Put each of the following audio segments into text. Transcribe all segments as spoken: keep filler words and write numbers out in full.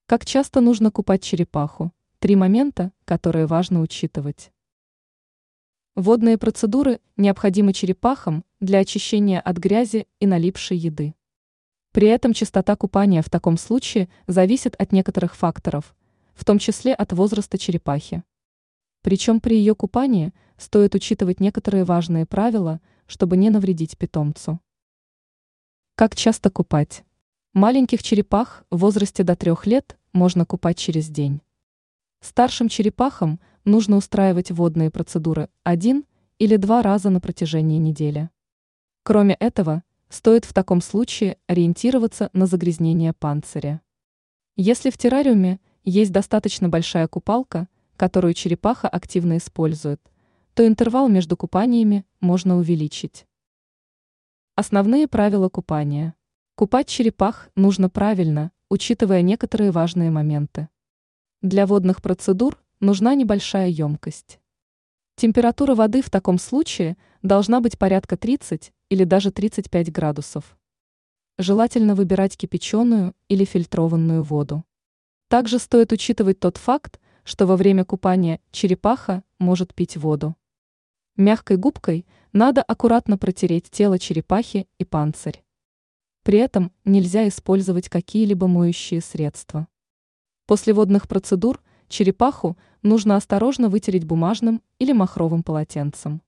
Как часто нужно купать черепаху? Три момента, которые важно учитывать. Водные процедуры необходимы черепахам для очищения от грязи и налипшей еды. При этом частота купания в таком случае зависит от некоторых факторов, в том числе от возраста черепахи. Причем при ее купании стоит учитывать некоторые важные правила, чтобы не навредить питомцу. Как часто купать? Маленьких черепах в возрасте до трех лет можно купать через день. Старшим черепахам нужно устраивать водные процедуры один или два раза на протяжении недели. Кроме этого, стоит в таком случае ориентироваться на загрязнение панциря. Если в террариуме есть достаточно большая купалка, которую черепаха активно использует, то интервал между купаниями можно увеличить. Основные правила купания. Купать черепах нужно правильно, учитывая некоторые важные моменты. Для водных процедур нужна небольшая емкость. Температура воды в таком случае должна быть порядка тридцать или даже тридцать пять градусов. Желательно выбирать кипяченую или фильтрованную воду. Также стоит учитывать тот факт, что во время купания черепаха может пить воду. Мягкой губкой надо аккуратно протереть тело черепахи и панцирь. При этом нельзя использовать какие-либо моющие средства. После водных процедур черепаху нужно осторожно вытереть бумажным или махровым полотенцем.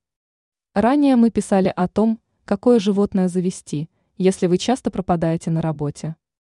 Ранее мы писали о том, какое животное завести, если вы часто пропадаете на работе.